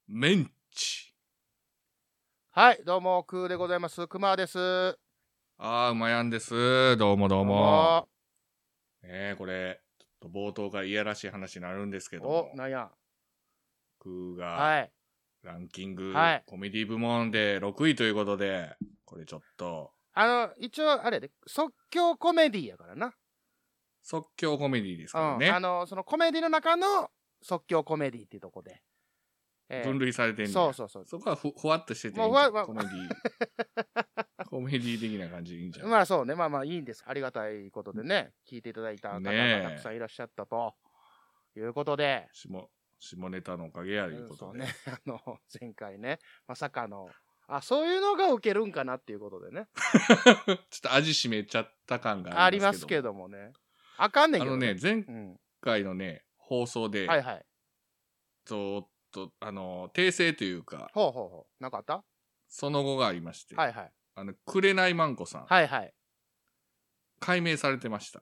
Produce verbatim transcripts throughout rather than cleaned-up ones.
メンチ。 はい、どうも、くーでございます。くまです。 あー、うまやんです。どうもどうも。 どうもねえ、これ、ちょっと冒頭がいやらしい話になるんですけどお、 も、 なんや。 くーがはい。 ランキング、 はいコメディ部門でろくいということで、これちょっと、 あの、一応、あれやで、即興コメディやからな。 即興コメディですうん。 からね。 あの、そのコメディの中の即興コメディっていうとこで。えー分類されてんねや。 そうそうそう。 そこはふふわっとしてていいもうんじゃんふわコメディ。コメディ的な感じでいいんじゃん。 まあそうね、まあまあいいんです。ありがたいことでね、聞いていただいた方ねえがたくさんいらっしゃったということで、 下、下ネタのおかげやいうことで。 そうね、あの、前回ね、まさかの、あ、そういうのが受けるんかなっていうことでね。 ちょっと味しめちゃった感があありまけりますすけども。 どもね。あかんねんけどね。 あのね、前うん。 回のね、放送で、 はいはい。 ちょっと、あの、訂正というか、 ほうほうほう。なかったその後がありまして、 はいはい。 あの、紅まんこさん、 はいはい。 解明されてました。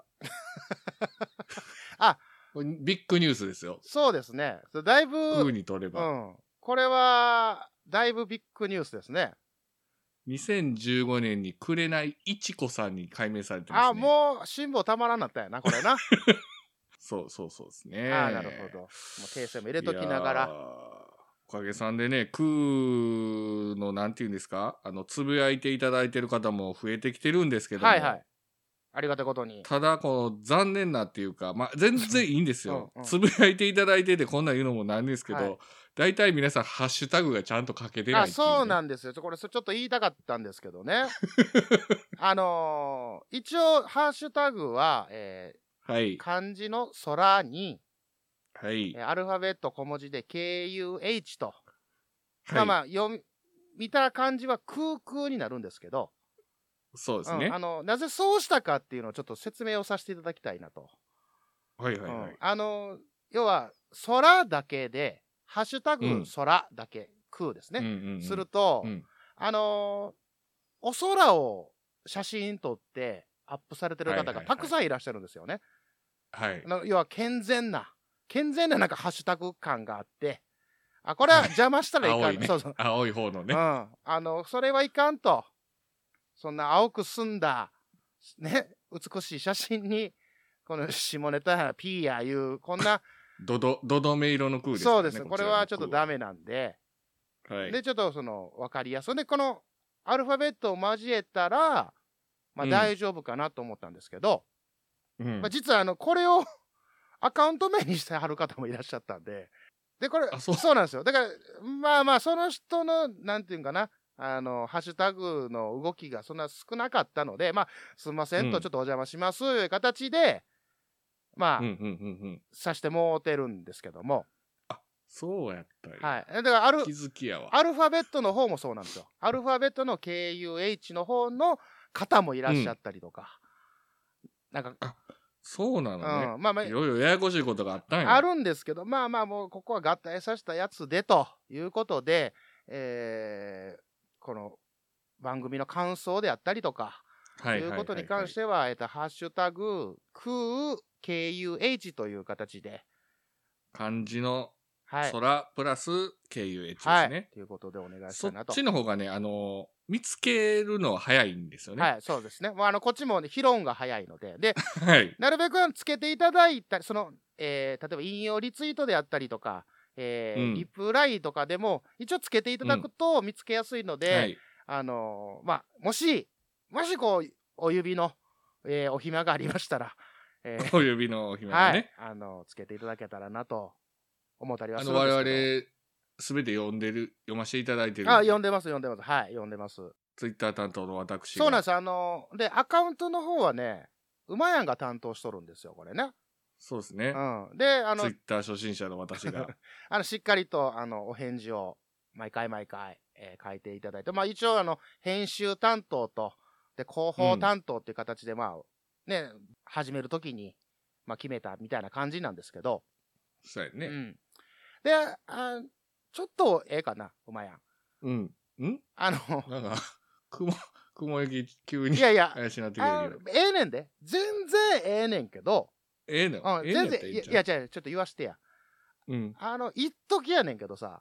あ、 これビッグニュースですよ。 そうですね。それだいぶ、 風に取れば。 うん。これは、だいぶビッグニュースですね。 にせんじゅうごねんに紅いちこさんに解明されてますあ、 ね。 もう、辛抱たまらんなったんやな、これな。 そうそうそうですね。 ああ、なるほど。もう訂正も入れときながら。 いやーおかげさんでね、クーの、なんていうんですか、あの、つぶやいていただいてる方も増えてきてるんですけども、 はいはい。ありがたいことに。 ただ、この残念なっていうか、まあ、全然いいんですよ。 うんうんつぶやいていただいててこんなん言うのもなんですけど、 はい大体皆さんハッシュタグがちゃんと書けてないあ、 っていう、ね。 そうなんですよ。これ、ちょっと言いたかったんですけどね。あのー、一応、ハッシュタグは、えはいー、。漢字の空に、 はいえ。ーアルファベット小文字で ケーユーエイチ と、 はい。 まあまあ、読み、見た感じは空空になるんですけど、 そうですね。 うん、あの、なぜそうしたかっていうのをちょっと説明をさせていただきたいなと。 はいはいはい。 うん、あの、要は、空だけで、ハッシュタグうん空だけ、空ですね。 うんうんうん、 すると、 うん、 あのお空を写真撮ってアップされてる方がたくさんいらっしゃるんですよね。 はい。 あの要は健全な、健全ななんかハッシュタグ感があって、あ、これは邪魔したらいかん。 青いね。 そうそう。 青い方のね。 うん。あの、それはいかんと。そんな青く澄んだ、ね、美しい写真に、この下ネタやピーやいう、こんな、 どど、どどめ色の空ですからね。 そうです。これはちょっとダメなんで、 はい。 で、ちょっとその、わかりやすい。で、このアルファベットを交えたら、まあうん大丈夫かなと思ったんですけど、 うんまあ、実はあの、これをアカウント名にしてはる方もいらっしゃったんで、で、これ、 あそうそうなんですよ。だから、まあまあ、その人の、なんていうんかな、あの、ハッシュタグの動きがそんな少なかったので、まあ、すみませんと、 うんちょっとお邪魔します、という形で、まあ、 うんうんうんうん。 さしてもうてるんですけども、 そうやったんや。 はい。だから、ある気、づきやわ。 アルファベットの方もそうなんですよ。アルファベットの ケーユーエイチ の方の方もいらっしゃったりとか、なんか、 そうなのね。 うん、まあまあい、ろいろややこしいことがあったんや。 あるんですけど、まあまあもうここは合体させたやつでということで、えー、この番組の感想であったりとか、 はいいうことに関しては、えっと、ハッシュタグ、クー、ケーユーエイチ という形で、 漢字のはい。 空プラス ケーユーエイチ ですはい。 ね。 ということでお願いしそったいなと。 ちの方がね、あの、見つけるのは早いんですよね。 はい、そうですね。まあ、あの、こっちも、ね、拾うんが早いので、で、 はい。 なるべくつけていただいたり、その、えー、例えば引用リツイートであったりとか、えーうんリプライとかでも、一応つけていただくと見つけやすいので、 はい。 あのーまあ、もし、もしこう、お指の、えーお暇がありましたら、えー小指のお姫がはいね。、 あのつけていただけたらなと思ったりはあの、 するんですけど。 我々、すべて読んでる、読ませていただいてる。 あ、読んでます、読んでます。はい、読んでます。 ツイッター担当の私が。 そうなんです。あのーで、アカウントの方はね、うまやんが担当しとるんですよ、これね。 そうですね。 うん。で、あのツイ、ッター初心者の私が。 あのしっかりとあのお返事を毎回毎回、えー書いていただいて、まあ一応あの編集担当とで広報担当っていう形で、まあね、始めるときに、まあ、決めたみたいな感じなんですけど、 そうやね。 うん。で、あちょっとええかな、うまやん。 うん。んあの、 なんか、雲、雲行き急にいやいや、 怪しなってくるあけど。 ええねんで。全然ええねんけど、 ええのうん、 ええのや全然、いや、 ったらいいんちゃういや、違う、ちょっと言わしてや。 うん。 あの、一時やねんけどさ、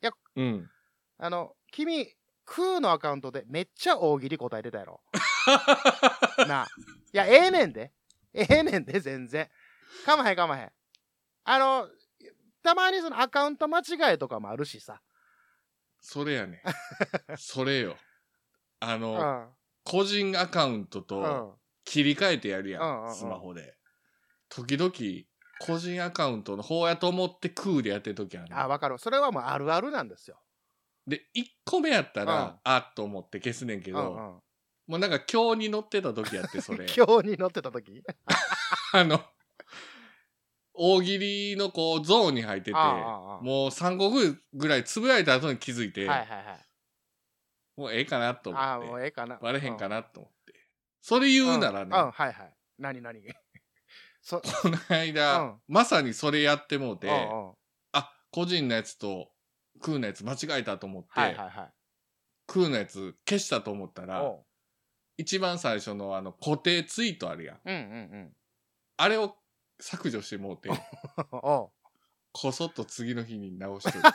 や、 うん。 あの、君、空のアカウントでめっちゃ大喜利答えてたやろ。なあ。いや、ええねんで。ええねんで、全然。かまへんかまへん。あの、たまにそのアカウント間違いとかもあるしさ。 それやね。それよ。あうの、 ん。 個人アカウントうん。 と切り替えてやるやん、 うんうんうんスマホで。時々、個人アカウントの方やと思って空でやってる時あるの。 あ、わかる。それはもうあるあるなんですよ。 で、いっこめやったうん。 ら、あっと思って消すねんけうんど、 うん。 もうなんか今日に乗ってた時やって、それ。 今日に乗ってた時あの、大喜利のこうゾーンに入ってて、 ああああ。 もうさんこぐらいつぶやいた後に気づいはいて、 はいはい。 もうええかなと思ああ、 って、 もうええかな。 バレへうん。 んかなと思って。それ言うならうん。うん、 ね、 はいはい。なになにそ、 このう間、 ん。 まさにそれやってもううんて、 うん。 あ、個人のやつと空のやつ間違えたと思っはいて、 はいはい。 空のやつ消したと思ったら、 おう。 一番最初のあの固定ツイートあるやん。 うんうんうん。 あれを削除してもうて、 おう。 こそっと次の日に直しといた。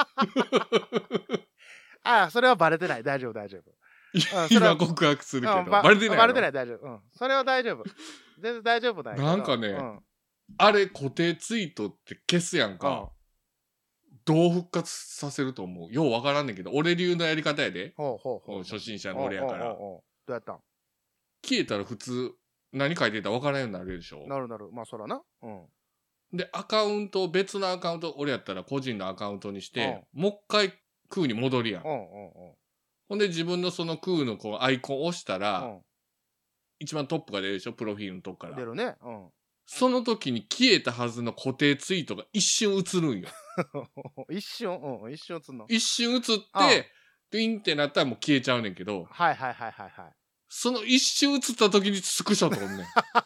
ああ、それはバレてない。大丈夫大丈夫。うん、それは今告白するけど、 うん、ばバレてないやろ。 バレてない大丈夫。うん。それは大丈夫。全然大丈夫だよ。 なんかね、 うん。 あれ固定ツイートって消すやんうん。 か。どう復活させると思う？ようわからんねんけど、俺流のやり方やで。 ほうほうほう。 もう初心者の俺やから。 おうおうおうおうどうやったん？ 消えたら普通、何書いてたかわからんようになるでしょ。 なるなる。まあそらな。うん。 で、アカウント、別のアカウント、俺やったら個人のアカウントにして、もう一回空に戻るやん。 うんうんうん。 ほんで自分のその空のこうアイコンを押したら、 うん。 一番トップが出るでしょ、プロフィールのとこから。 出るね。うん。 その時に消えたはずの固定ツイートが一瞬映るんよ。 一瞬、うん、一瞬映んの。 一瞬映っああて、ピンってなったらもう消えちゃうねんけど、 はいはいはいはいはい。 その一瞬映った時にスクショ撮んねん。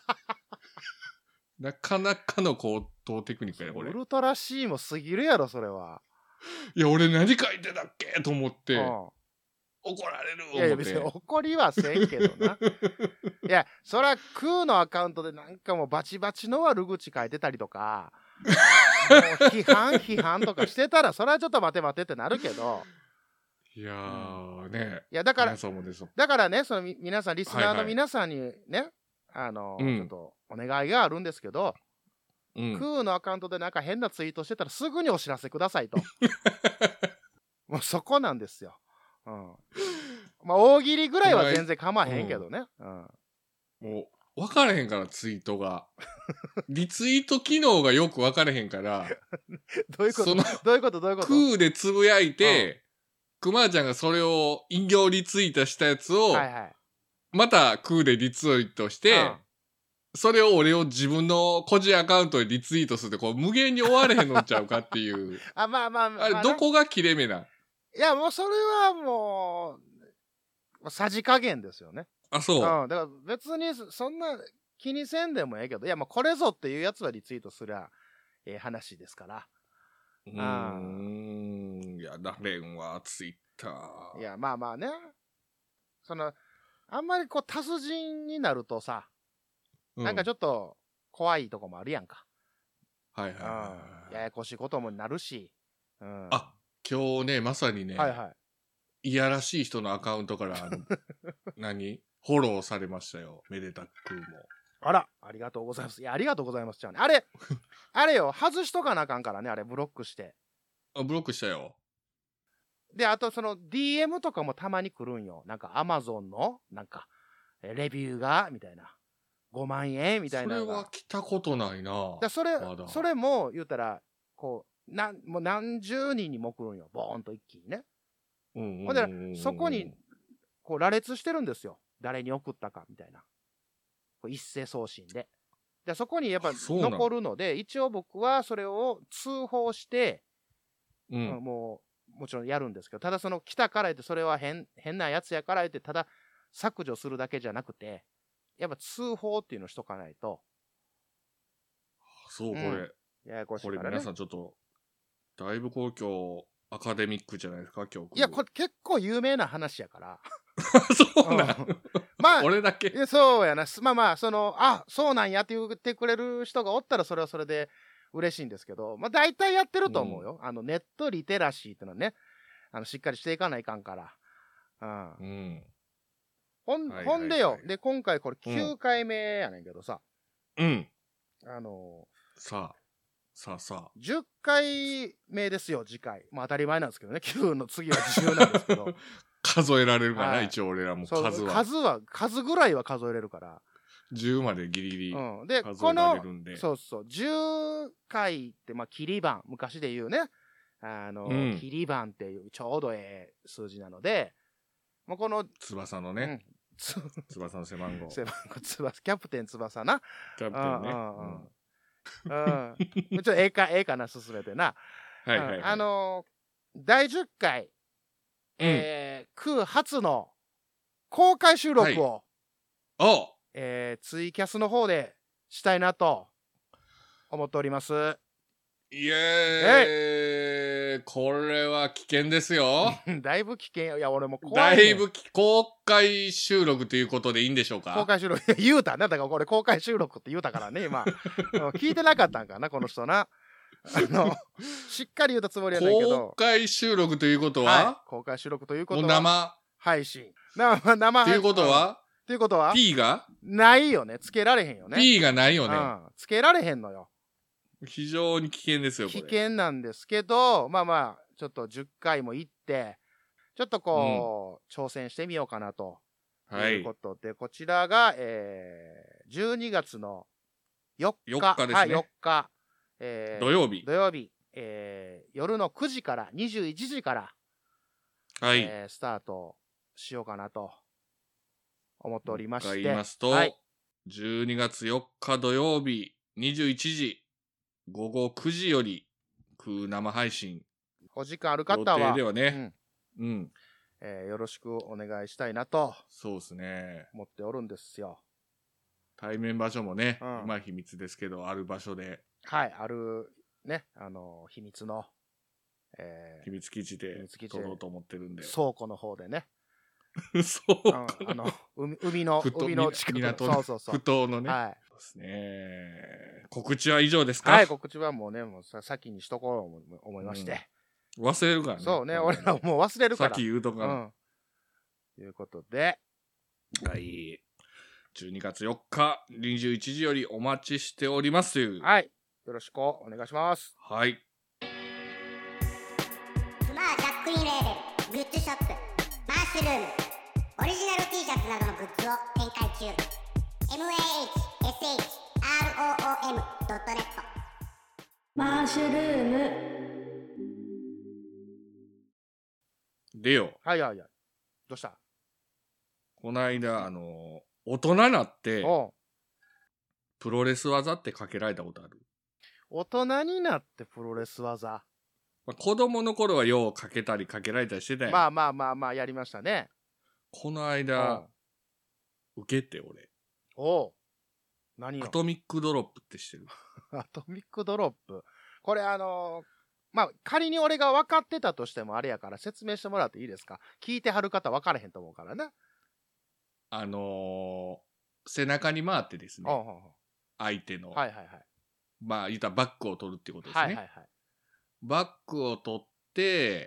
なかなかの高等テクニックやね、これ。 ウルトラ C も過ぎるやろ、それは。 いや、俺何書いてたっけと思って、 うん怒られる思って。 いやいや別に怒りはせんけどな。いや、そら空のアカウントでなんかもうバチバチの悪口書いてたりとか、もう批判批判とかしてたら、それはちょっと待て待てってなるけど。 いやーね。 いや、だから、 そうもですだからね、そのみ皆さん、リスナーのはいはい皆さんにね、あの、 うんちょっとお願いがあるんですけど、 うん。 空のアカウントでなんか変なツイートしてたらすぐにお知らせくださいと。もうそこなんですよ。うん。まあ、大喜利ぐらいは全然構わへんけどね。うん。 もう、分かれへんから、ツイートが。リツイート機能がよく分かれへんから、 どういうことそのどういうことどういうこと空でつぶやいて、くまちゃんがそれを引用リツイートしたやつを、 はいはい。 また空でリツイートして、 うんそれを俺を自分の個人アカウントでリツイートするって、こう無限に終われへんのちゃうかっていう。 あ、まあまあまあ、 あれ、 まあどこが切れ目なん？ いや、もうそれはもう、さじ加減ですよね。 あ、そう。 うん。だから別にそんな気にせんでもええけど、いや、もうこれぞっていうやつはリツイートすりゃええ話ですから。 うーん。いや、なれんわ、ツイッター。 いや、まあまあね。その、あんまりこう、達人になるとさ、なんかちょっょっと怖いとこもあるやんか。 と、はいはいうん。 はいややこしいこともなるし。うん。 あ、今日ね、まさにね、 はいはい。 いやらしい人のアカウントから、あの何フォローされましたよ。めでたくも。 あら、ありがとうございます。いや、ありがとうございますちゃうね。あれ、あれよ、外しとかなあかんからね、あれ、ブロックして。 あ、ブロックしたよ。 で、あと、その、ディーエム とかもたまに来るんよ。なんか、アマゾンの、なんか、えレビューが、みたいな。ごまんえんみたいなのが。 それは来たことないな。 だそれ、 まだそれも、言うたら、こう、なんもう何十人にも来るんよ。ボーンと一気にね。 うんうんうんうんほんで、そこに、こう、羅列してるんですよ。誰に送ったか、みたいな。こう一斉送信で。で、そこにやっぱそうなん残るので、一応僕はそれを通報して、 ううんん、もう、もちろんやるんですけど、ただその来たから言って、それは変、変なやつやから言って、ただ削除するだけじゃなくて、やっぱ通報っていうのをしとかないと。 そう、こうんれ。 ややこしいこれからね。 皆さんちょっと、だいぶ公共アカデミックじゃないですか、今日。 いや、これ結構有名な話やから。 そうなん、 うんまあ、 俺だけい。やそうやな。すまあまあ、その、あ、そうなんやって言ってくれる人がおったら、それはそれで嬉しいんですけど、まあ大体やってると思うよ。うん、あの、ネットリテラシーってのはね、あの、しっかりしていかないかんから。うん。うん、ほん、ほんでよ。で、今回これきゅうかいめやねんけどさ。 うん。 あのー、さあ、さあさあ。 じゅっかいめですよ、次回。まあ当たり前なんですけどね。きゅうの次はじゅうなんですけど。 数えられるかな、はい、一応俺らも数は。 数は、数ぐらいは数えれるから。 じゅうまでギリギリうん。で、 数えられるんで。 そうそう。じゅっかいって、まあ、切り番。昔で言うね。あの、うん、切り番っていうちょうどええ数字なので、もうこの、 翼のね。うん、翼の背番号。 背番号、翼、キャプテン翼な。 キャプテンね。 うん。うん。ちょっとええか、ええかな、進めてな。 はいはい、はい。 あのー、だいじゅっかい、えー、空初の公開収録を、 はい、おえー、ツイキャスの方でしたいなと思っております。 イエーイ、これは危険ですよ。 だいぶ危険よ。いや、俺も怖い、ね。だいぶ公開収録ということでいいんでしょうか。 公開収録。言うた。なんだかこれ公開収録って言うたからね、今。聞いてなかったんかな、この人な。あの、しっかり言うたつもりやないけど。 公開収録ということは、 はい、公開収録ということは。 もう生配信。生、生配信。ということは、 ということは P がないよね。つけられへんよね。 P がないよね。 うん。つけられへんのよ。 非常に危険ですよ、これ。 危険なんですけど、まあまあ、ちょっとじゅっかいも行って、ちょっとこう、うん、挑戦してみようかなと。はい。いうことで、こちらが、えー、じゅうにがつのよっか。 よっかですね。はい、 よっか。えー、 土曜日。 土曜日。えー、夜のくじからにじゅういちじから、 はい。 えー、スタートしようかなと思っておりまして。 言いますと、はい、じゅうにがつよっか土曜日にじゅういちじ、ごごくじより空生配信。 お時間ある方は、予定ではね、うん。うんえー、よろしくお願いしたいなと。 そうですね。 思っておるんですよ。 対面場所もね、うん、今秘密ですけど、ある場所で。 はい、ある、ね、あの、秘密の、 えー、秘密基地で撮ろうと思ってるんで。 倉庫の方でね。 そうか、うん、あの海、海の、海の近くの、 港の、そうそうそう。埠頭のね。 はい。 そうですね。告知は以上ですか？ はい、告知はもうね、もうさ先にしとこうと思いまして。 うん、忘れるからね。 そうね、俺らもう忘れるから。 さっき言うとか。うん。 ということで。 はい。じゅうにがつよっかにじゅういちじよりお待ちしておりますという。 はい。よろしくお願いします。 はい。 スマージャックインレーベル、グッズショップ、マッシュルーム、オリジナル T シャツなどのグッズを展開中。エムエーエイチエスエイチアールオーオーエムドットネット マッシュルーム。 でよ。 はいはいはい。どうした？ この間、あの、大人になって、プロレス技ってかけられたことある？ 大人になってプロレス技。 まあ、子供の頃はようかけたりかけられたりしてたやん。 まあまあまあまあ、やりましたね。 この間、受けて俺。 おう。何よ。 アトミックドロップって知ってる？ アトミックドロップ。これあのー、まあ、仮に俺が分かってたとしてもあれやから説明してもらっていいですか？聞いてはる方分からへんと思うからね。 あのー、背中に回ってですね。おうおうおう相手の。 はいはいはい。 まあ、言ったらバックを取るってことですね。はいはいはい。バックを取って、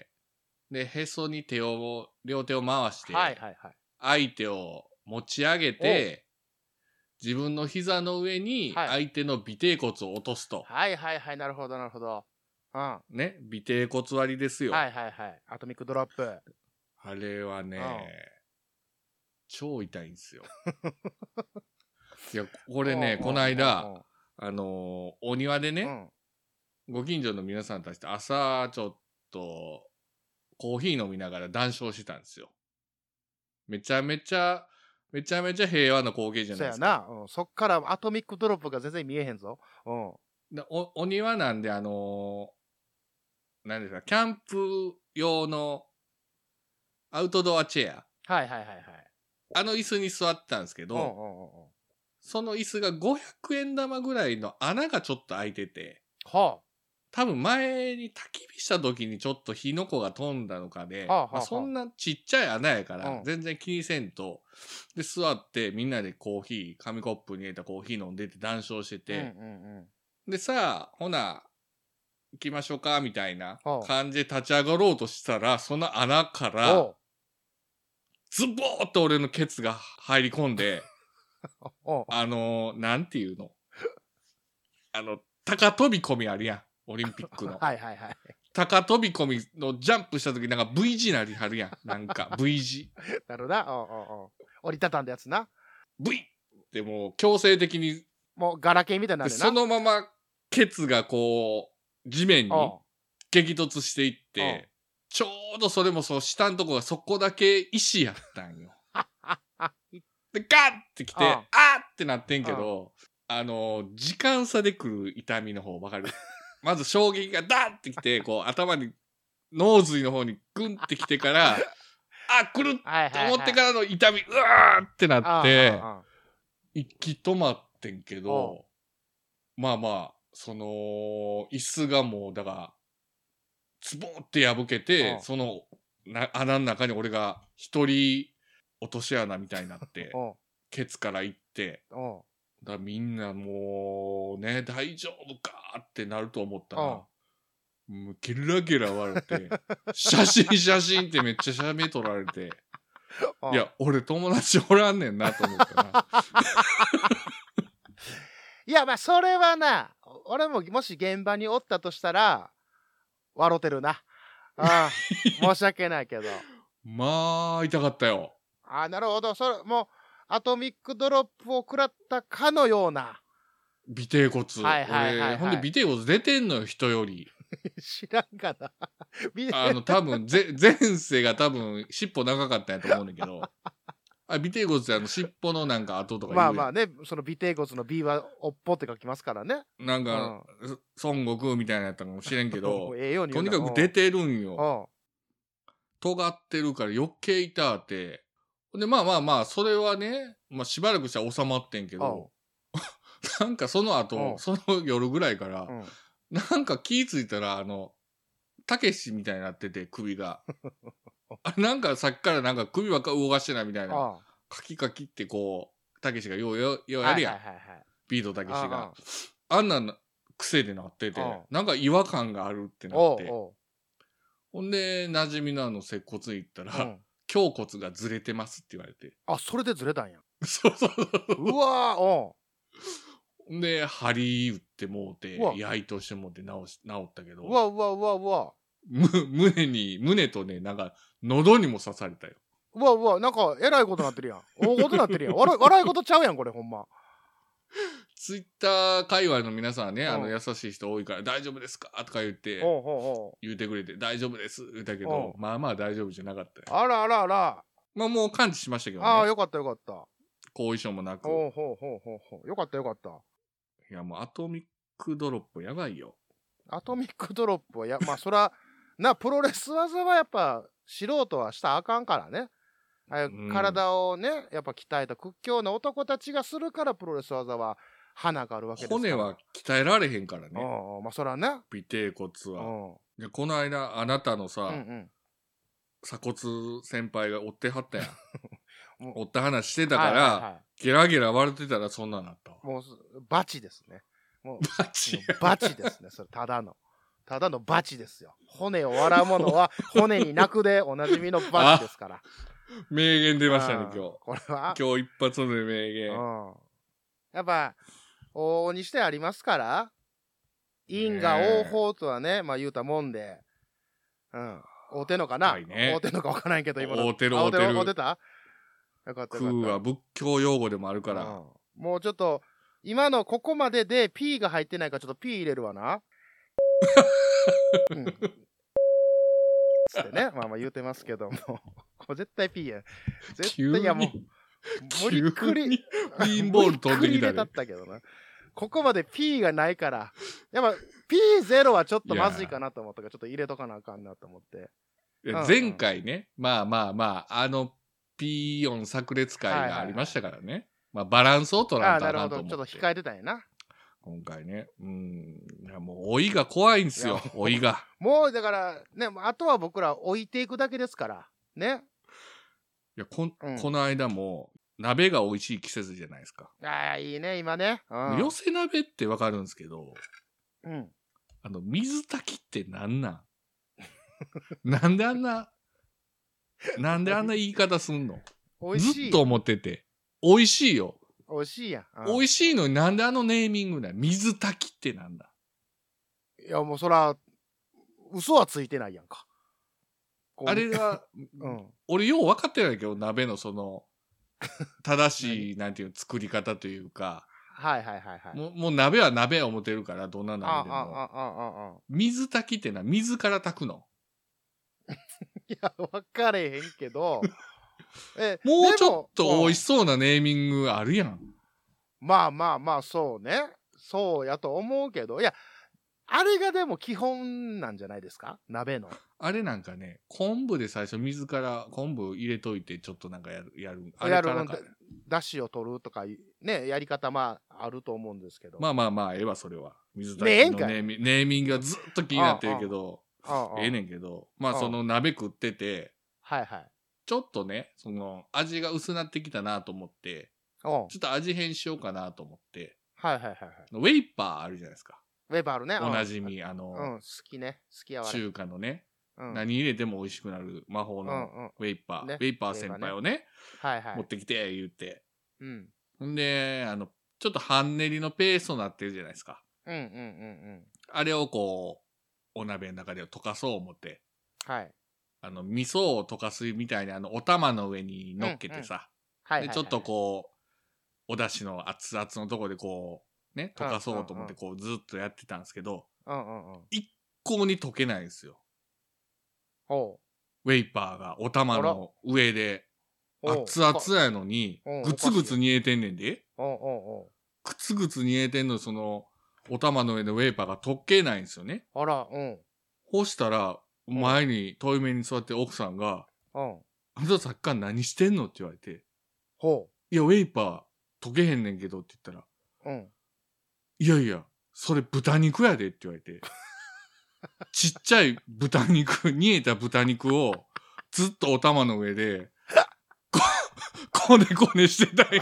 で、へそに手を、両手を回して、はいはいはい。相手を持ち上げて、自分の膝の上に相手の尾てい骨を落とすと。 はいはいはい、なるほどなるほど。 うん。ね、尾てい骨割りですよ。 はいはいはい。アトミックドロップ。 あれはね、うん、超痛いんですよ。いや、これね、この間、あのー、お庭でね、うん、ご近所の皆さんたちと朝ちょっとコーヒー飲みながら談笑してたんですよ。めちゃめちゃ、めちゃめちゃ平和な光景じゃないですか。 そうやな。うん、そっからアトミックドロップが全然見えへんぞ。うん。 で お, お庭なんで、あのー、何ですか、キャンプ用のアウトドアチェア。 はいはいはいはい。 あの椅子に座ってたんですけど、うんうんうんうん、その椅子がごひゃくえん玉ぐらいの穴がちょっと開いてて、はあ、多分前に焚き火した時にちょっと火の粉が飛んだのかで、はあはあまあ、そんなちっちゃい穴やから全然気にせんと、で座ってみんなでコーヒー、紙コップに入れたコーヒー飲んでて談笑してて、うんうんうん、 でさ、ほな、行きましょうか、みたいな感じで立ち上がろうとしたら、その穴から、ズボーっと俺のケツが入り込んで、あのー、なんていうのあの、高飛び込みあるやん。オリンピックの。 はいはいはい。高飛び込みのジャンプした時なんか V 字なりはるやん。なんか V 字。 なるほどな。おうおうおう折りたたんだやつな。 V! ってもう強制的に。 もうガラケーみたいになるな。 そのままケツがこう、地面に激突していって、ちょうどそれもそう下のとこがそこだけ石やったんよ。で、ガッってきて、あーってなってんけど、あのー、時間差で来る痛みの方わかるまず衝撃がダッってきて、こう頭に、脳髄の方にグンってきてから、あ、来るって思ってからの痛み、うわーってなって、息止まってんけど、まあまあ、その、椅子がもう、だから、ズボーって破けて、そのな穴の中に俺が一人落とし穴みたいになって、ケツから行って、だからみんなもうね、大丈夫かってなると思ったら、もうゲラゲラ笑って、写真写真ってめっちゃ写メ撮られて、いや、俺友達おらんねんなと思ったな。 いや、まあそれはな、俺ももし現場におったとしたら、笑ってるな。ああ、申し訳ないけど。 まあ、痛かったよ。 ああ、なるほど。それ、もう、アトミックドロップを食らったかのような。 尾てい骨。はいはいはい、はい。ほんで尾てい骨出てんのよ、人より。 知らんかな。 あの、多分、ぜ、前世が多分、尻尾長かったんやと思うんだけど。あ、尾てい骨ってあの、尻尾のなんか跡とかまあまあね、その尾てい骨の B はおっぽって書きますからね。 なんか、うん、孫悟空みたいなやったかもしれんけど、ええようにとにかく出てるんよ。尖ってるから余計痛って。で、まあまあまあ、それはね、まあしばらくしたら収まってんけど、なんかその後、その夜ぐらいから、なんか気ぃついたら、あの、たけしみたいになってて、首が。あれなんかさっきからなんか首ばっか動かしてないみたいな。カキカキってこう、たけしがようようやるやん。ビートたけしが。あんな癖でなってて、なんか違和感があるってなって。ほんで、馴染みのあの接骨院行ったら、胸骨がずれてますって言われて。 あ、それでずれたんや。 そうそうそう。 うわー、 うん。で、針打ってもうて、焼いとしてもうて治し、治ったけど。 うわうわうわうわ。 む、胸に、胸とね、なんか、喉にも刺されたよ。 うわうわ、なんか、えらいことなってるやん。大事なってるやん。笑い、笑い事ちゃうやん、これ、ほんま。 ツイッター界隈の皆さんはね、あの、優しい人多いから、大丈夫ですかとか言って、言うてくれて、大丈夫です言うたけど、まあまあ大丈夫じゃなかったよ。 あらあらあら。 まあもう完治しましたけどね。 ああ、よかったよかった。 後遺症もなく。 ほうほうほうほうほう。よかったよかった。 いや、もうアトミックドロップやばいよ。 アトミックドロップは、や、まあそら、な、プロレス技はやっぱ、素人はしたらあかんからね。あ、うん、体をね、やっぱ鍛えた屈強な男たちがするからプロレス技は花があるわけですから。 骨は鍛えられへんからね。 ああ、まあそらね。 尾てい骨は。で、この間あなたのさ、うんうん、鎖骨先輩が追ってはったやん。追った話してたから、はいはいはい、ゲラゲラ笑ってたらそんなになったわ。 もう、バチですね。もうバチバチですね。それただの。ただのバチですよ。骨を笑うものは骨に泣くでおなじみのバチですから。 名言出ましたね、今日。 これは今日一発目名言。 やっぱ、往々にしてありますから、因果応報とはね、まあ言うたもんで、うん。合うてんのかな、ね、合うてんのか分からないけど、今の。 合うてる合うてる。 合うてたよかったよかった。 空は仏教用語でもあるから。うん、 もうちょっと、今のここまでで P が入ってないからちょっと P 入れるわな。うん、つってね、まあまあ言うてますけども、これ絶対 P や。絶対、いやもう、無理くり、 ピンボール飛んできたね。ったけどな。ここまで P がないから、やっぱ ピーゼロ はちょっとまずいかなと思ったから、ちょっと入れとかなあかんなと思って。 いや前回ね、うん、まあまあまあ、あの ピーよん 炸裂会がありましたからね。はいはいはい、まあバランスを取らんとあかんと思って。 ああ、なるほど。ちょっと控えてたんやな。 今回ね。うん。いやもう老いが怖いんですよ、老いが。 もうだから、ね、あとは僕ら置いていくだけですから。ね。 いや、こ、うん、この間も、 鍋が美味しい季節じゃないですか。 ああ、いいね、今ね。 うん、寄せ鍋ってわかるんですけど、 うん。 あの、水炊きってなんなんなんであんな、なんであんな言い方すんの美味しい。ずっと思ってて。美味しいよ。 美味しいやん。 美味しいのになんであのネーミングなの水炊きってなんだいや、もうそら、嘘はついてないやんか。 あれが、うん、俺よう分かってないけど、鍋のその、正しい、なんていう作り方というか、 はいはいはいはい。 もう、もう鍋は鍋は思ってるから、どんな鍋でも。水炊きってな、水から炊くのいや、分かれへんけど、 えもうちょっと美味しそうなネーミングあるやん。 まあまあまあ、そうね。そうやと思うけど、いや、あれがでも基本なんじゃないですか鍋の。 あれなんかね、昆布で最初水から昆布入れといてちょっとなんかやる。やる。 あれからか。だしを取るとか、ね、やり方まああると思うんですけど。 まあまあまあ、ええわ、それは。水炊きのネーミング、ネーミングがずっと気になってるけど、ええねんけど、まあその鍋食ってて、 はいはい。 ちょっとね、その味が薄なってきたなと思って、ちょっと味変しようかなと思って、 はいはいはいはい。 ウェイパーあるじゃないですか。 ウェイパーあるね。 おなじみ、あの、 うん、好きね。好きやわ。 中華のね、何入れても美味しくなる魔法のウェイパー。ウェイパー先輩をね、 はいはい。 持ってきて、言って。 うん。 ほんで、あの、ちょっと半練りのペーストになってるじゃないですか。 うんうんうんうん。あれをこう、お鍋の中で溶かそう思って。 はい。 あの、味噌を溶かすみたいに、あの、お玉の上に乗っけてさ。はい。で、ちょっとこう、お出汁の熱々のとこでこう、ね、溶かそうと思って、こう、ずっとやってたんですけど、うんうんうん。一向に溶けないんですよ。 ほう。ウェイパーがお玉の上で、熱々やのに、ぐつぐつ煮えてんねんで。ぐつぐつ煮えてんの、その、お玉の上でウェイパーが溶けないんですよね。 あら、うん。 こうしたら、前に、遠い目に座って奥さんが、うん。あんたさっきから何してんのって言われて、ほう。いや、ウェイパー溶けへんねんけどって言ったら、うん。いやいや、それ豚肉やでって言われて、ちっちゃい豚肉、煮えた豚肉をずっとお玉の上で、こ、こねこねしてたよ。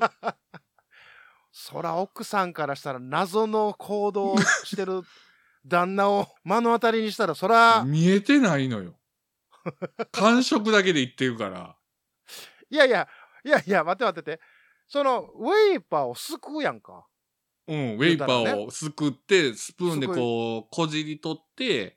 そら奥さんからしたら謎の行動をしてる旦那を目の当たりにしたらそら。 見えてないのよ。感触だけで言ってるから。 いやいや、いやいや、待って待ってて。その、ウェイパーをすくうやんか。 うん、ウェイパーをすくって、スプーンでこう、こじり取って、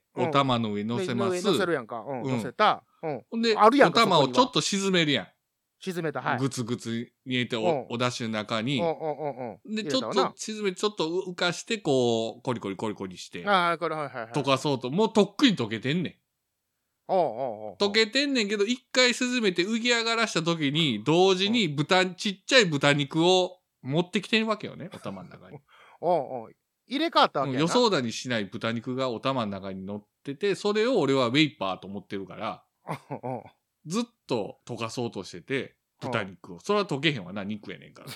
お玉の上に乗せます。 乗せるやんか。うん、乗せた。 うん。で、あるやんか。お玉をちょっと沈めるやん。 沈めた、はい。 ぐつぐつ煮えてお、お出汁の中に。で、ちょっと沈めて、ちょっと浮かして、こう、コリコリコリコリして。 ああ、これ、はいはいはい。 溶かそうと。もうとっくに溶けてんねん。溶けてんねんけど、一回沈めて浮き上がらした時に、同時に豚、ちっちゃい豚肉を持ってきてるわけよね、お玉の中に。 おうおう入れ替わったわけやな。 予想だにしない豚肉がお玉の中に乗ってて、それを俺はウェイパーと思ってるから、ずっと溶かそうとしてて、豚肉を。それは溶けへんわな、肉やねんから。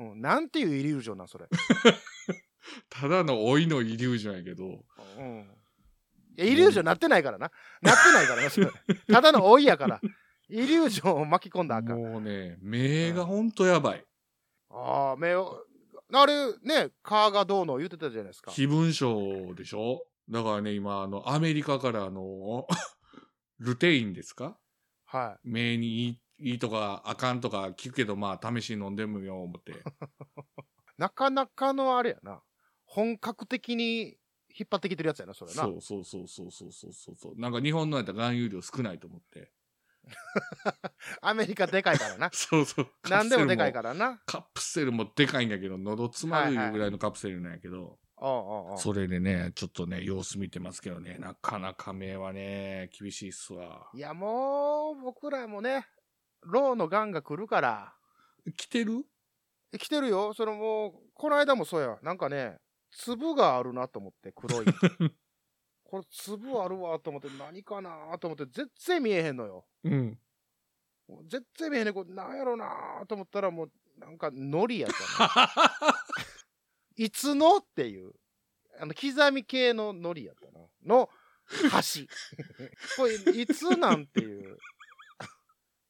うん、なんていうイリュージョンな、それ。 ただの老いのイリュージョンやけど。 うん。いや、イリュージョンなってないからな。なってないからな、それ。ただの老いやから。イリュージョンを巻き込んだあかん。 もうね、目がほんとやばい。 うん、ああ、目を、あれ、ね、顔がどうの言ってたじゃないですか。 非文書でしょだからね、今、あの、アメリカからあの、ルテインですかはい。目にいい、いいとか、あかんとか聞くけど、まあ、試しに飲んでみよう思って。 なかなかのあれやな。本格的に引っ張ってきてるやつやな、それな。 そうそうそうそうそうそうそう。なんか日本のやったら含有量少ないと思って。 アメリカでかいからな。 そうそう。 何でもでかいからな。 カプセルもでかいんだけど、喉詰まるいうぐらいのカプセルなんやけど。はいはいそれでね、ちょっとね、様子見てますけどね、なかなか目はね、厳しいっすわ。 いや、もう、僕らもね、ローのガンが来るから。 来てる来てるよ。それもう、この間もそうや。なんかね、粒があるなと思って、黒い。これ粒あるわと思って、何かなと思って、全然見えへんのよ。うん。全然見えへんね。これ何やろなと思ったら、もう、なんか、海苔やったな。いつのっていう、あの、刻み系の海苔やったな。の、箸。これ、いつなんていう。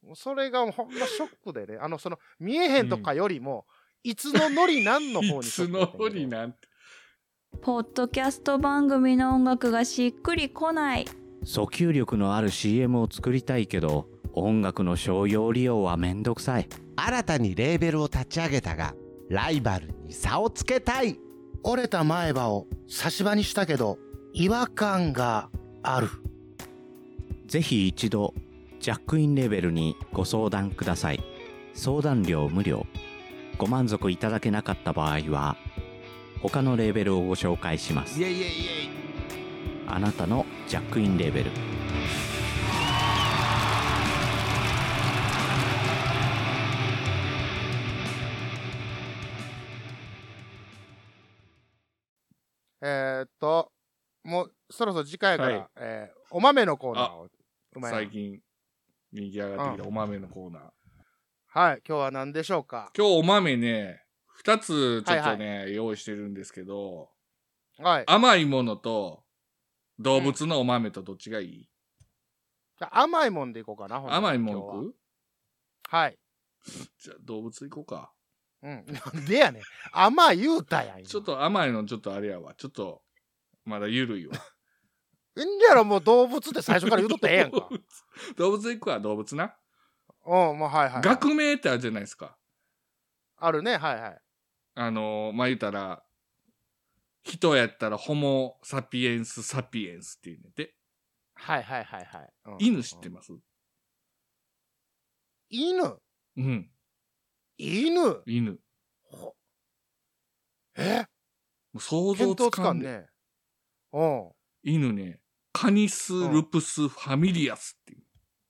それがほんまショックでね、あの、その、見えへんとかよりも、うん、いつのノリなんの方にショックで。いつのノリなんて。 ポッドキャスト番組の音楽がしっくりこない。 訴求力のある シーエム を作りたいけど、音楽の商用利用はめんどくさい。 新たにレーベルを立ち上げたが、ライバルに差をつけたい。 折れた前歯を差し歯にしたけど、違和感がある。 ぜひ一度ジャックインレーベルにご相談ください。相談料無料。ご満足いただけなかった場合は他のレーベルをご紹介します。 イエイイエイイエイ。 あなたのジャックインレーベル。 えー、っともうそろそろ次回から、はい、えー、お豆のコーナーを最近右上がってきたお豆のコーナー、うん、 はい、今日は何でしょうか。 今日お豆ねふたつちょっとね、はいはい、用意してるんですけど、はい、甘いものと動物のお豆とどっちがいい？ うん、甘いもんでいこうかな。 甘いもんいく？ はい。 じゃあ動物いこうか。 うん、なんでやねん。甘い言うたやん。 ちょっと甘いのちょっとあれやわ。ちょっとまだ緩いわ。 いいんやろ、もう動物って最初から言うとってええやんか。 動物いくわ、動物な。 うん、もうはいはい、はい。 学名ってあるじゃないですか。 あるね、はいはい。 あのー、まあ、言うたら、人やったらホモサピエンスサピエンスっていうねで。 はいはいはいはい。 うん、犬知ってます？ 犬？ うん。 犬？ 犬。 え？ もう想像つかんね。 うん。 犬ね、カニスルプスファミリアスっていう。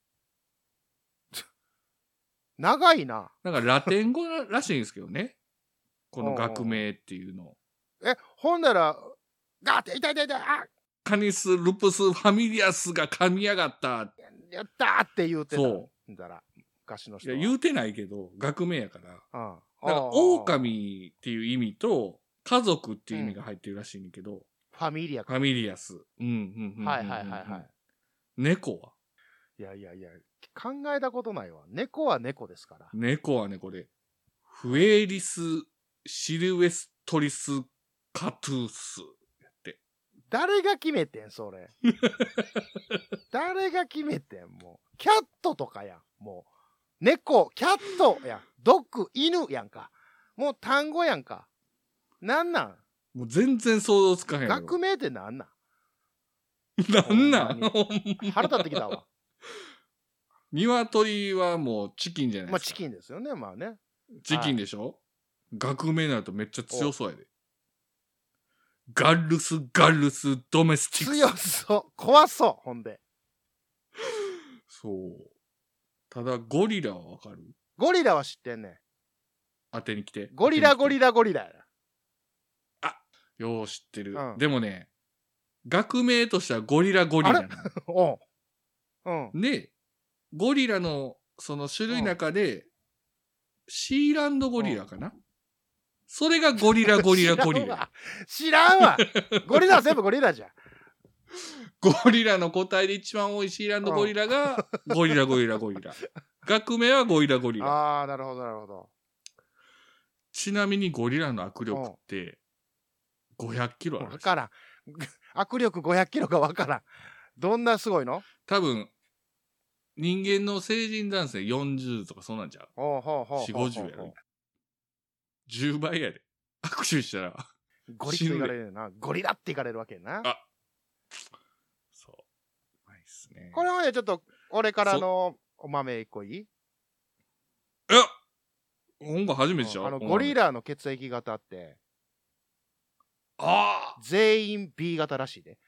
長いな。 なんかラテン語らしいんですけどね。この学名っていうの。 え、ほんなら、ガーって、痛い痛い痛い、あカニスルプスファミリアスが噛みやがった。 やったーって言うてた。 そう。 だら、昔の人は。 いや、言うてないけど、学名やから。うん。なんか、狼っていう意味と、家族っていう意味が入ってるらしいんだけど。うん、 ファミリアファミリアス。うんうんうん。 はいはいはいはい。 猫はいやいやいや、考えたことないわ。猫は猫ですから。 猫は猫で。フエリス・シルベストリス・カトゥースやって。 誰が決めてん、それ。誰が決めてん、もう。キャットとかやん。もう。猫、キャットやん。ドッグ、犬やんか。もう単語やんか。なんなんもう全然想像つかへん。 学名ってなんなんなんなん腹立ってきたわ。 鶏はもうチキンじゃないですか。 まあチキンですよね、まあね。 チキンでしょ、はい、学名になるとめっちゃ強そうやで。ガルス、ガルス、ドメスティクス。 強そう。怖そう、ほんで。 そう。ただ、ゴリラはわかる？ ゴリラは知ってんねん。 当てに来て。 ゴリラ、ゴリラ、ゴリラや。 あ、よう知ってる。うん、でもね、学名としてはゴリラ、ゴリラなの。うん。で、ゴリラのその種類の中で、うん、シーランドゴリラかな、うん、それがゴリラ、ゴリラ、ゴリラ。 知らんわ。ゴリラは全部ゴリラじゃん。 ゴリラの個体で一番多いシーランドゴリラが、ゴリラ、ゴリラ、ゴリラ。学名はゴリラ、ゴリラ。 ああ、なるほど、なるほど。 ちなみにゴリラの握力ってごひゃくキロある。 わからん。握力ごひゃくキロがわからん。どんなすごいの？ 多分、人間の成人男性よんじゅうとかそうなんちゃう？よんじゅう、ごじゅうやろ。じゅうばいやで。握手したら。 ゴリっていかれるな。ゴリラっていかれるわけやな。あ、 そう。うまいっすね。 これはね、ちょっと、俺からのお豆一個いい？ えっ今回初めてじゃん。 あの、ゴリラの血液型って、 ああ全員 ビー 型らしいで。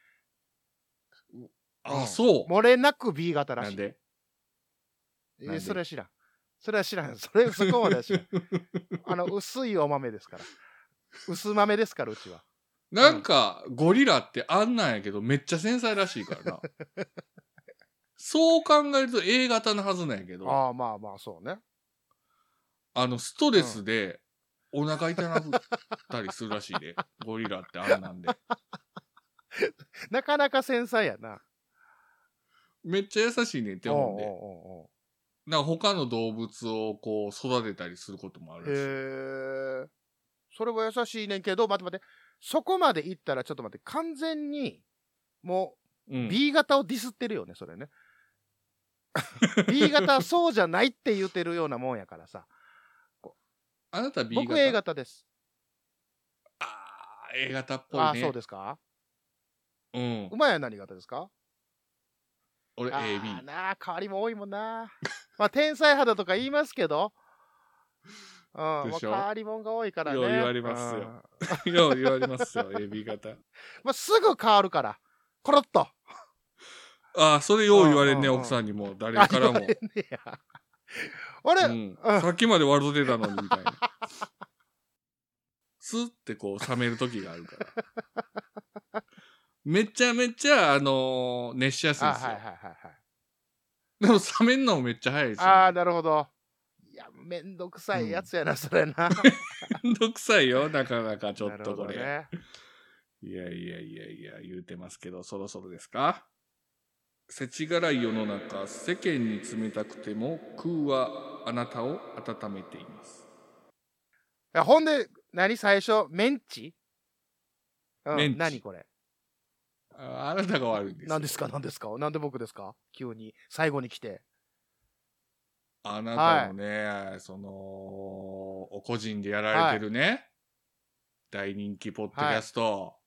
あ、そう。 漏れなく ビー 型らしい。 なんで？ え、それは知らん。それは知らん。それ、そこまでは知らん。あの、薄いお豆ですから。薄豆ですから、うちは。 なんか、うん、ゴリラってあんなんやけど、めっちゃ繊細らしいからな。そう考えると エー 型のはずなんやけど。 ああ、まあまあ、そうね。 あの、ストレスで、お腹痛なったりするらしいで。ゴリラってあんなんで。 なかなか繊細やな。 めっちゃ優しいねって思うんで。おうおうおうなんか他の動物をこう育てたりすることもあるらしい。 へえ。それは優しいねんけど、待って待って。そこまで行ったらちょっと待って、完全に、もう、 うん、 B 型をディスってるよね、それね。B 型はそうじゃないって言ってるようなもんやからさ。 あなた B 型？ 僕 A 型です。 ああ、A 型っぽいね。 ああ、そうですか？ うん。 馬や何型ですか？ 俺 エービー。 ああなあ、変わりも多いもんな。まあ、天才肌とか言いますけど、うん、もう変わりもんが多いからね。 よう言われますよ。よう言われますよ、エービー 型。 まあ、すぐ変わるから、コロッと。 ああ、それよう言われんね、奥さんにも、誰からも。 俺、 うん、さっきまで笑ってたのに、みたいな。スッってこう冷める時があるから。めちゃめちゃ、あのー、熱しやすいんですよ。はいはいはいはい。でも冷めんのもめっちゃ早いですよ、ね。 ああ、なるほど。いや、めんどくさいやつやな、うん、それな。 めんどくさいよ、なかなかちょっとこれ。 ね、 いやいやいやいや、言うてますけど、そろそろですか？世知辛い世の中、世間に冷たくても空はあなたを温めています。 いやほんで、何最初、メンチ、うん、メンチ何これ？ あ、あなたが悪いんですよ。 何ですか何ですか？なんで僕ですか？急に、最後に来て。 あなたもね、はい、その、お個人でやられてるね、はい、大人気ポッドキャスト、はい、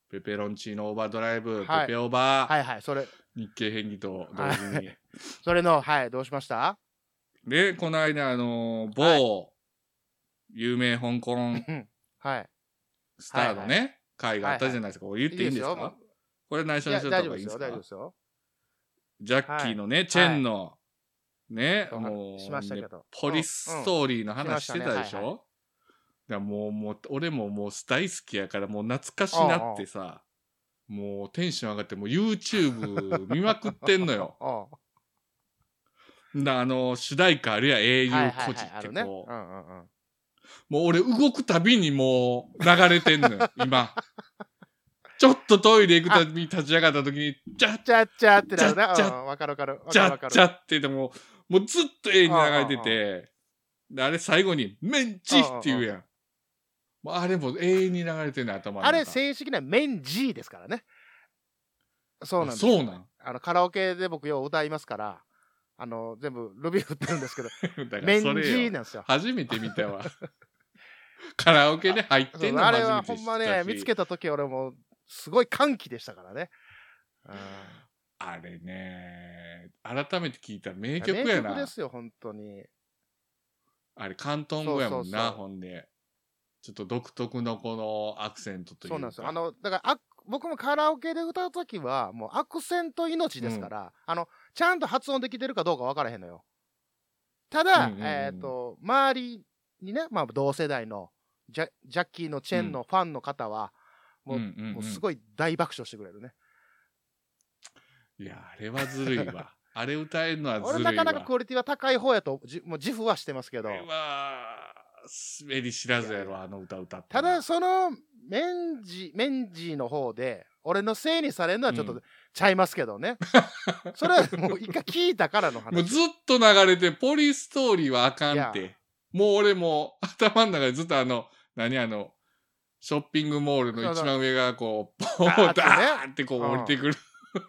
ペペロンチーノオーバードライブ、はい、ペペオーバー、 はいはい、それ。 日経変儀と同時に。はい、 それの、はい、どうしました？ で、この間、あの、某、はい、有名香港、 はい。 スターのね、はいはい、会があったじゃないですか。これ言っていいんですか？いいですこれ内緒にしといた方がいいんですか？ 大丈夫ですよ。 ジャッキーのね、はい、チェンの、ね、もう、 しましたけど、ね、 ポリスストーリーの話してたでしょ、うんうんねはいはい、もう、もう、俺ももう大好きやから、もう懐かしなってさ、もうテンション上がって、もう YouTube 見まくってんのよ。だあの、主題歌あるや、英雄孤児ってこう。もう俺動くたびにもう流れてんのよ、今。ちょっとトイレ行くたびに立ち上がった時に、チャッチャッチャってなるね。チャッわかるわかる。 チャッチャってでも、もうずっと永遠に流れてて、あれ最後に、メンチって言うやん。あれも永遠に流れてんの頭の中。 あれ正式なメンジーですからね。そうなんです。 そうなん。 あのカラオケで僕よう歌いますから、あの全部ルビー振ってるんですけど、メンジーなんですよ。 初めて見たわ。カラオケで入ってんのあれはほんまね、見つけた時俺もすごい歓喜でしたからね。 あれね、改めて聞いたら名曲やな。 名曲ですよ、本当に。 あれ、広東語やもんな、ほんで。ちょっと独特のこのアクセントというか。 そうなんですよ。あの、だからあ、僕もカラオケで歌うときは、もうアクセント命ですから、うん、あの、ちゃんと発音できてるかどうか分からへんのよ。ただ、うんうんうん、えっと、周りにね、まあ、同世代のジャ、ジャッキーのチェンのファンの方は、うん、もう、うんうんうん、もうすごい大爆笑してくれるね。 いや、あれはずるいわ。あれ歌えるのはずるいわ。 俺なかなかクオリティは高い方やと、じもう自負はしてますけど。 あれは、滑り知らずやろ、あの歌歌って。 ただ、その、メンジ、メンジーの方で、俺のせいにされるのはちょっとちゃいますけどね。うん、それはもう一回聞いたからの話。 もうずっと流れて、ポリストーリーはあかんって。もう俺も頭の中でずっとあの、何あの、ショッピングモールの一番上がこう、ポーダーってこう降りてくる。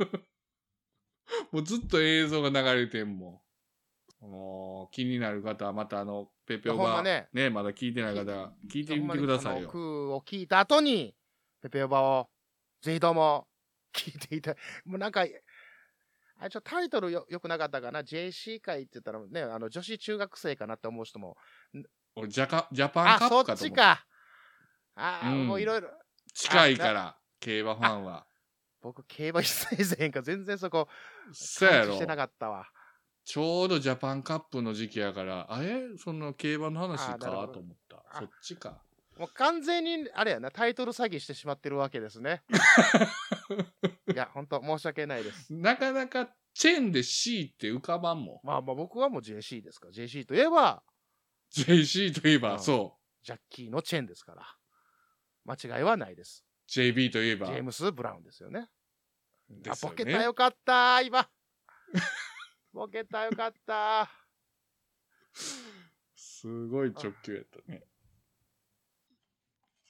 もうずっと映像が流れてんもん。もう気になる方はまたあの、ペペオバ、ね、ね、まだ聞いてない方は聞いてみてくださいよ。 空を聞いた後に、ペペオバをぜひとも聞いていた。もうなんか、あれちょっとタイトルよよくなかったかな。ジェーシー 会って言ったらね、あの女子中学生かなって思う人も。 俺ジャカ、ジャパンカップかと思った。 あ、そっちか。ああ、うん、もういろいろ。 近いから、競馬ファンは。 僕、競馬一切せへんか全然そこ、 そうやろ。 してなかったわ。 ちょうどジャパンカップの時期やから、あれその競馬の話かと思った。そっちか。 もう完全に、あれやな、タイトル詐欺してしまってるわけですね。いや、ほんと、申し訳ないです。 なかなか、チェーンで C って浮かばんもん。 まあまあ、僕はもう ジェーシー ですから。ジェーシー といえば、 ジェーシー といえば、うん、そう。 ジャッキーのチェーンですから。間違いはないです。 ジェイビー といえば。 ジェームス・ブラウンですよね。 ですよね。 あ、ボケたよかった、今。 ボケたよかった。 すごい直球やったね。